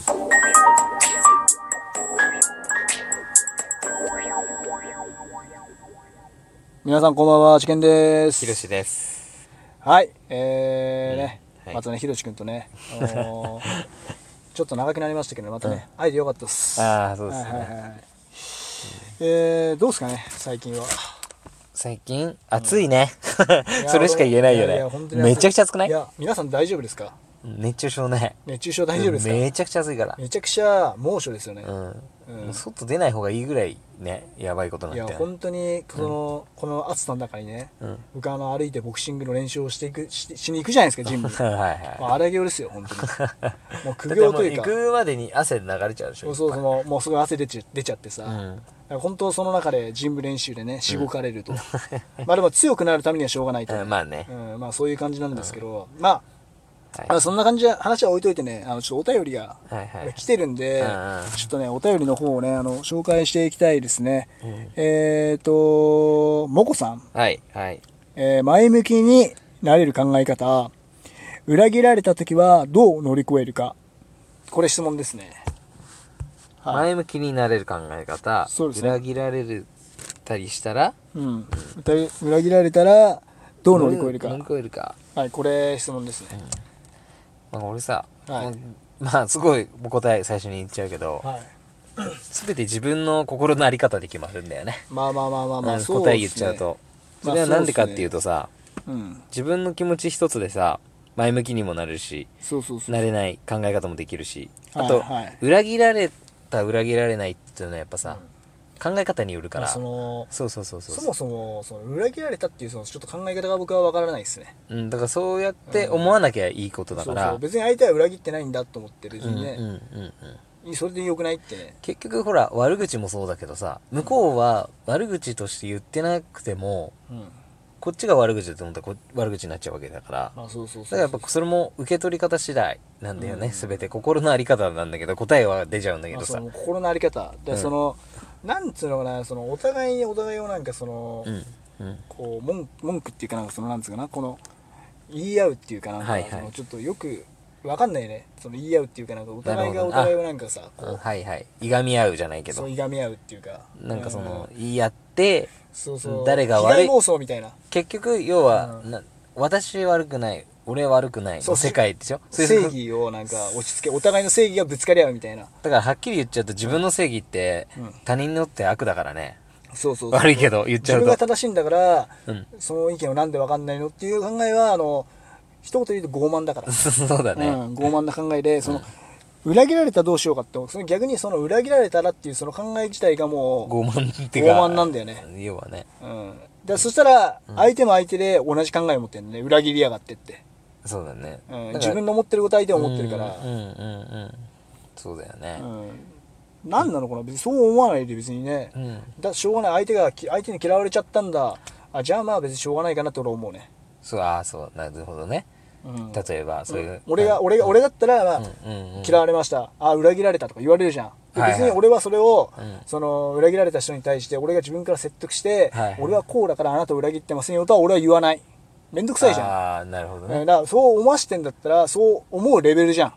皆さんこんばんは、ちけんです。 ひろしです。 はい、 はい、 またね、ひろしくんとね、ちょっと長くなりましたけど、またね、会えてよかったです。 ああ、そうですね。 はいはいはい。どうですかね、最近は。 最近、暑いね。 いやそれしか言えないよね。 本当にめちゃくちゃ暑くない？ いや、皆さん大丈夫ですか？ 熱中症ね。 熱中症大丈夫ですか？ めちゃくちゃ暑いから。 めちゃくちゃ猛暑ですよね。 もう外出ない方がいいぐらいね、やばいことにいや、 なってね。 本当に、この暑さの中にね、僕歩いてボクシングの練習をしに行くじゃないですか、ジムに。 はいはい。 荒行ですよ、本当に。もう苦だってもう行というか。 行くまでに汗流れちゃうでしょ。 そうもうすごい汗出ちゃってさ、本当その中でジム練習でねしごかれると、まあでも強くなるためにはしょうがないと、 まあね、 まあそういう感じなんですけど、まあそんな感じで話は置いといてね、ちょっとお便りが来てるんで、ちょっとねお便りの方をね紹介していきたいですね。もこさん、 はいはい。 前向きになれる考え方、裏切られた時はどう乗り越えるか、これ質問ですね。 前向きになれる考え方、 そうですね、 裏切られたりしたら、 裏切られたらどう乗り越えるか。 乗り越えるか。 はい、これ質問ですね。 まあ、俺さ、 はい、 まあすごい答え最初に言っちゃうけど、全て自分の心の在り方で決まるんだよね。 まあ、そう答え言っちゃうと、それはなんでかっていうとさ、自分の気持ち一つでさ、前向きにもなれるし、なれない考え方もできるし、あと、裏切られた裏切られないっていうのはやっぱさ、考え方によるから、そもそもその裏切られたっていうちょっと考え方が僕は分からないですね。 だからそうやって思わなきゃいいことだから、 別に相手は裏切ってないんだと思って別にね、それでよくないってね。 結局ほら悪口もそうだけどさ、向こうは悪口として言ってなくても、こっちが悪口だと思ったら悪口になっちゃうわけだから、だからやっぱそれも受け取り方次第なんだよね。全て心の在り方なんだけど、答えは出ちゃうんだけどさ、 心の在り方で、なんつうのかな、お互いをなんかこう文句っていうかなんかなんつうかな、この言い合うっていうかなんか、ちょっとよくわかんないね、言い合うっていうかなんかお互いがお互いをなんかさ、 いがみ合うじゃないけど、 いがみ合うっていうか、 なんか言い合って、誰が悪い、被害妄想みたいな、 結局要は、私悪くない、俺悪くないの世界でしょ。 正義をなんか押し付け、お互いの正義がぶつかり合うみたいな。 だからはっきり言っちゃうと、自分の正義って他人によって悪だからね。悪いけど言っちゃうと、 自分が正しいんだから、その意見をなんでわかんないのっていう考えは一言で言うと傲慢だから。 そうだね、 傲慢な考えで、裏切られたらどうしようかって、逆に裏切られたらっていうその考え自体がもう傲慢っていうか傲慢なんだよね。 要はね。 そしたら相手も相手で同じ考えを持ってるんだね、裏切りやがってって。 そうだね。 自分の思ってること相手は思ってるから。 そうだよね。 何なのかな、別にそう思わないで別にね。しょうがない、相手に嫌われちゃったんだ。じゃあまあ別にしょうがないかなって俺は思うね。 そう、なるほどね。例えばそういう、 俺だったら、嫌われました、裏切られたとか言われるじゃん。別に俺はそれを、裏切られた人に対して俺が自分から説得して、俺はこうだからあなたを裏切ってませんよとは俺は言わない。めんどくさいじゃん。 なるほどね。 だからそう思わしてんだったらそう思うレベルじゃん。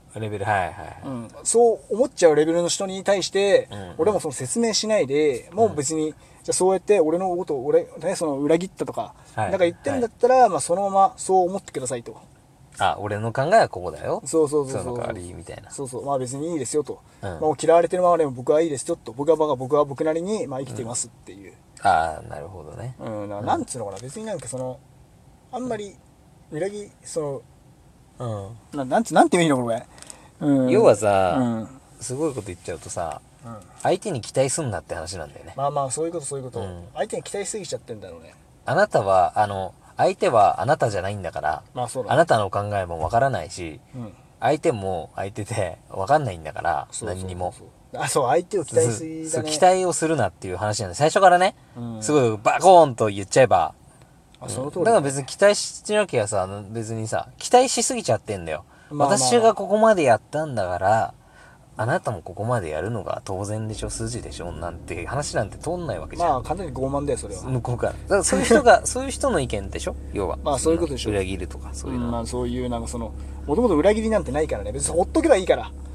そう思っちゃうレベルの人に対して、俺も説明しないで、もう別に、じゃあそうやって俺のことを裏切ったとか、なんか言ってんだったら、まあそのままそう思ってくださいと。 俺の考えはここだよ。 その代わりみたいな。 まあ別にいいですよと。もう嫌われてるままでも僕はいいですよと。僕は僕なりに生きてますっていう。 なるほどね。 なんつうのかな、別になんかあんまり裏切なんて言えばいいのこれ。 要はさ、すごいこと言っちゃうとさ、相手に期待すんなって話なんだよね。 まあそういうこと、相手に期待しすぎちゃってんだろうね。 相手はあなたじゃないんだから、あなたの考えもわからないし、相手も相手でわかんないんだから、何にも。 相手を期待しすぎだね。 期待をするなっていう話なんで、最初からね、すごいバコーンと言っちゃえば、だから別に期待しなきゃさ、別にさ、期待しすぎちゃってんだよ。私がここまでやったんだから、あなたもここまでやるのが当然でしょ、筋でしょ、なんて話なんて通んないわけじゃん。 まあ完全に傲慢だよそれは。 向こうから。だからそういう人がそういう人の意見でしょ、要は。 まあそういうことでしょ。 裏切るとかそういうの。 そういうなんかもともと裏切りなんてないからね。別にほっとけばいいから。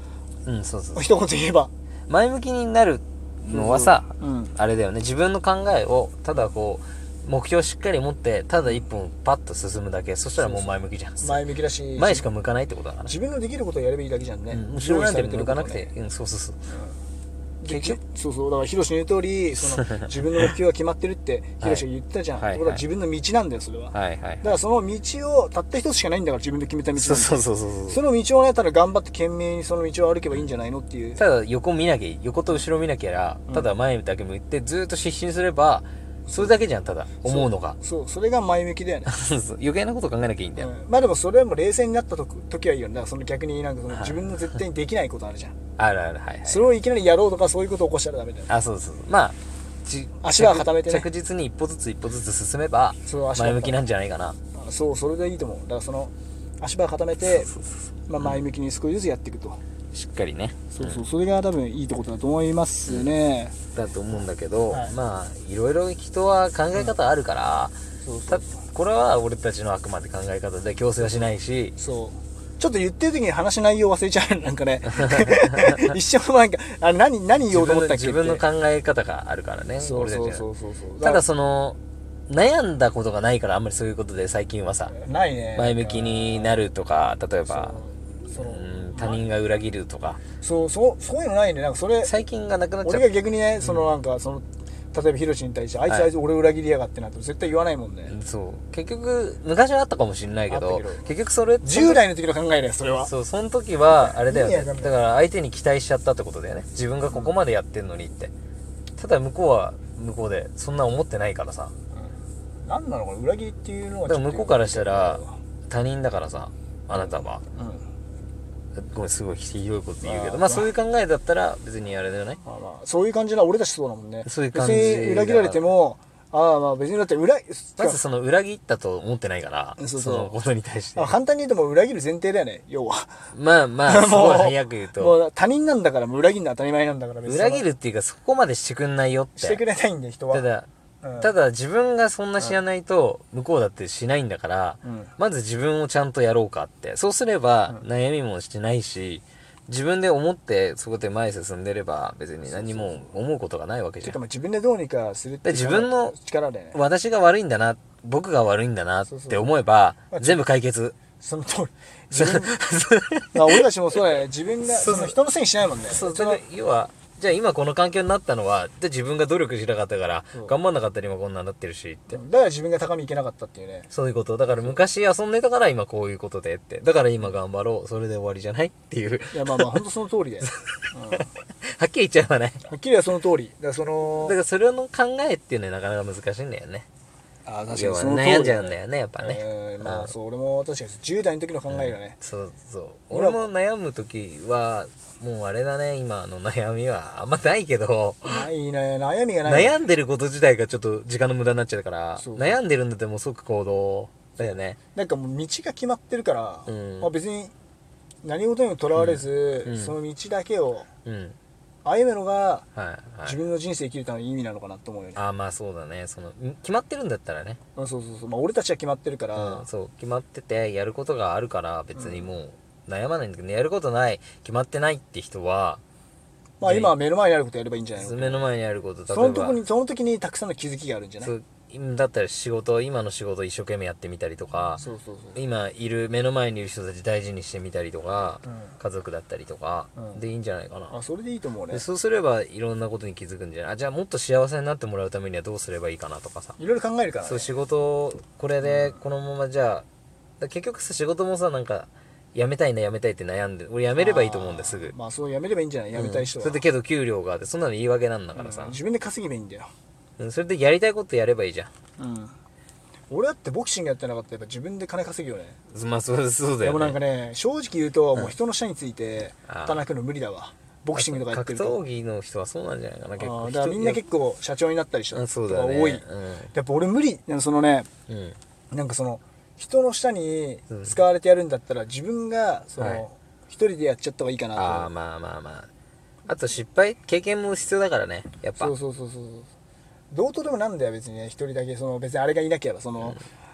そうそう。 一言言えば前向きになるのはさ、 うんあれだよね。自分の考えを、ただこう、目標しっかり持って、ただ一本パッと進むだけ。そしたらもう前向きじゃん。 前向きだし、 前しか向かないってことだからね。 自分のできることをやればいいだけじゃんね。 後ろなんて向かなくて、そうそうそう。 結局そうそう、だからヒロシの言う通り、その自分の目標が決まってるってヒロシが言ったじゃん。 はいところが自分の道なんだよ、それは。 はいはい。 だからその道をたった一つしかないんだから、自分で決めた道なんだよ。 そうそうそうそう。 その道をね、ただ頑張って懸命にその道を歩けばいいんじゃないのっていう。 ただ横見なきゃいい。横と後ろ見なきゃ、ただ前だけ向いてずっと失神すれば、それだけじゃん、ただ思うのが。 そう、それが前向きだよね。 余計なこと考えなきゃいいんだよ。 まあでもそれはもう冷静になった時はいいよね。だからその逆になんかその自分の絶対にできないことあるじゃん。 あるある、はいはい。 それをいきなりやろうとかそういうことを起こしたらダメだよ。 あ、そうそう。まあ、 足は固めてね。 着実に一歩ずつ進めば、前向きなんじゃないかな。 そう、それでいいと思う。だからその、足場固めて、まあ前向きに少しずつやっていくと。 しっかりね。 そうそう、それが多分いいところだと思いますね。 だと思うんだけど、まあ、いろいろ人は考え方あるから、これは俺たちのあくまで考え方で強制はしないし、 そう。ちょっと言ってる時に話内容忘れちゃう。なんかね。一瞬なんか、何言おうと思ったっけって。 自分の考え方があるからね。 そうそうそう。 ただその、悩んだことがないからあんまりそういうことで最近はさ、 ないね。 前向きになるとか、例えば、他人が裏切るとか。 そういうのないね。なんかそれ、 最近がなくなっちゃう。 俺が逆にね、そのなんか、その、例えばヒロシに対して、あいつ俺裏切りやがってなって絶対言わないもんね。 そう。結局、昔はあったかもしれないけど、結局それ、 10代の時の考えだよ、それは。 そう、その時は、あれだよね。だから相手に期待しちゃったってことだよね。自分がここまでやってんのにって。ただ向こうは向こうで、そんな思ってないからさ。 なんなのこれ、裏切りっていうのは。 だから向こうからしたら、他人だからさ、あなたは。ごめん、すごいひどいこと言うけど、まあそういう考えだったら別にあれだよね。 そういう感じな、俺たちそうだもんね。 そういう感じ。 別に裏切られても、まあ別にだってまずその裏切ったと思ってないから、そのことに対して。 簡単に言うともう裏切る前提だよね、要は。 まあ、すごい早く言うと。 もう他人なんだから、もう裏切るのは当たり前なんだから別に。裏切るっていうかそこまでしてくんないよって。 してくれないんで、人は。 ただ自分がそんな知らないと向こうだってしないんだから、まず自分をちゃんとやろうかって。そうすれば悩みもしてないし、自分で思ってそこで前進んでれば別に何も思うことがないわけじゃん。 てか自分でどうにかするって自分の力で、 私が悪いんだな、僕が悪いんだなって思えば全部解決。 その通り。俺たちもそうだよね。自分が人のせいにしないもんね。 そう、要はじゃあ今この環境になったのは、自分が努力しなかったから、頑張んなかったら今こんなんなってるしって。 だから自分が高みいけなかったっていうね。 そういうこと。だから昔遊んでたから今こういうことでって。だから今頑張ろう。それで終わりじゃないっていう。 いやまあほんとその通りで。 はっきり言っちゃえばね。 はっきりはその通り。だからそれの考えっていうのはなかなか難しいんだよね。 確かにその悩んじゃうんだよね、やっぱね。 まあそう、俺も確かに10代の時の考えがね。 そうそう。俺も悩む時は、もうあれだね、今の悩みはあんまないけど。 ないね、悩みがない。 悩んでること自体がちょっと時間の無駄になっちゃうから、悩んでるんだってもう即行動だよね。 なんかもう道が決まってるから、まあ別に何事にもとらわれず、その道だけを歩むのが自分の人生生きるための意味なのかなと思うよね。 まあそうだね。決まってるんだったらね。 そう。まあ俺たちは決まってるから。 そう、決まっててやることがあるから別にもう悩まないんだけど、やることない、決まってないって人は、 まあ今は目の前にあることやればいいんじゃないの。 目の前にあること、例えばその時にたくさんの気づきがあるんじゃない。 だったら今の仕事を一生懸命やってみたりとか、今目の前にいる人たち大事にしてみたりとか、家族だったりとかでいいんじゃないかな。 それでいいと思うね。 そうすればいろんなことに気づくんじゃない。じゃあもっと幸せになってもらうためにはどうすればいいかなとかさ、 いろいろ考えるからね。 そう仕事これでこのままじゃあ結局さ、仕事もさ、なんか辞めたいって悩んで、俺辞めればいいと思うんですぐ。 まあそう辞めればいいんじゃない、辞めたい人は。 それでけど給料があって、そんなの言い訳なんだからさ。 自分で稼げばいいんだよ。 それでやりたいことやればいいじゃん。俺だってボクシングやってなかったらやっぱ自分で金稼ぐよね。 まあそうだよね。 でもなんかね、正直言うともう人の下について働くの無理だわ。ボクシングとかやってると。 格闘技の人はそうなんじゃないかな、結構。 だからみんな結構社長になったりした人が多い。やっぱ俺無理。そのね、なんかその人の下に使われてやるんだったら自分がその一人でやっちゃった方がいいかなと。 まあ。あと経験も必要だからね、やっぱ。 そう。どうとでもなんだよ別にね、一人だけ別にあれがいなければ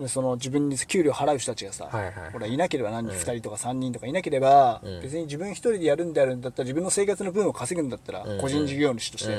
その自分に給料払う人たちがさ、 はいはい、 ほらいなければ何人、2人とか3人とかいなければ、別に自分一人でやるんであるんだったら、自分の生活の分を稼ぐんだったら、個人事業主として、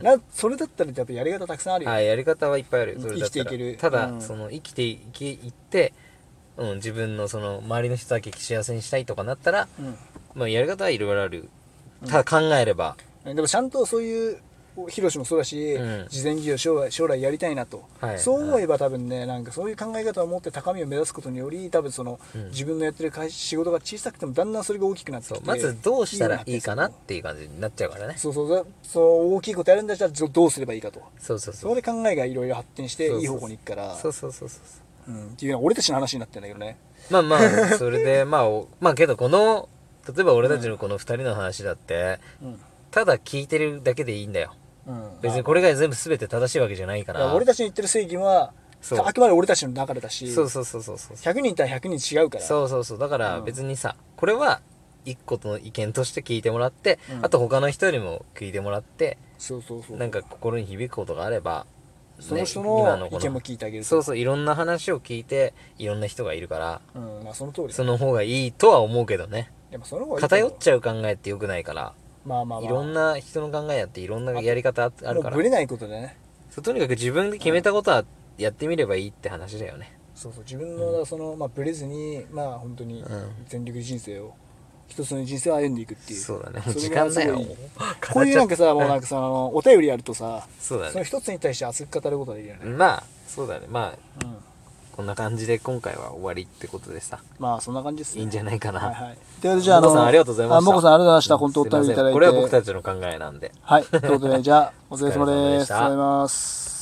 それだったらやっぱやり方たくさんあるよ。 はい、やり方はいっぱいある。それだったら生きていける。 ただ、その生きていって、自分のその周りの人だけ幸せにしたいとかなったら、まあやり方はいろいろある。ただ考えれば。 でもちゃんとそういう、ヒロシもそうだし、事前事業将来やりたいなと、そう思えば多分ね、なんかそういう考え方を持って高みを目指すことにより、多分その、自分のやってる仕事が小さくてもだんだんそれが大きくなってきて、 まずどうしたらいいかなっていう感じになっちゃうからね。 そう大きいことやるんだったらどうすればいいかと、それ考えがいろいろ発展していい方向に行くから、っていうのは俺たちの話になってるんだけどね。 まあそれでまあけどこの例えば俺たちのこの2人の話だって、ただ聞いてるだけでいいんだよ。別にこれが全部全て正しいわけじゃないから。 俺たちの言ってる正義はあくまで俺たちの中でだし、 100 人いたら100人違うから。 だから別にさ、これは一個の意見として聞いてもらって、あと他の人にも聞いてもらって、なんか心に響くことがあれば、 その人の意見も聞いてあげる。 いろんな話を聞いていろんな人がいるから、 その通り。 その方がいいとは思うけどね。偏っちゃう考えってよくないから。いろんな人の考えやっていろんなやり方あるから、 ぶれないことでね。 とにかく自分で決めたことはやってみればいいって話だよね。 自分のそのぶれずに本当に全力人生を一つの人生を歩んでいくっていう。 そうだね。もう時間だよ。 こういうなんかさ、もうなんかさ、お便りやるとさ、その一つに対して熱く語ることができるよね。 まあそうだね。こんな感じで今回は終わりってことでさ。 そんな感じですね。 いいんじゃないかな。 ということでじゃあ、 モコさんありがとうございました。 モコさんありがとうございました。本当お便りいただいて。 これは僕たちの考えなんで。 はい。ということで、じゃあ、お疲れ様です。ありがとうございます。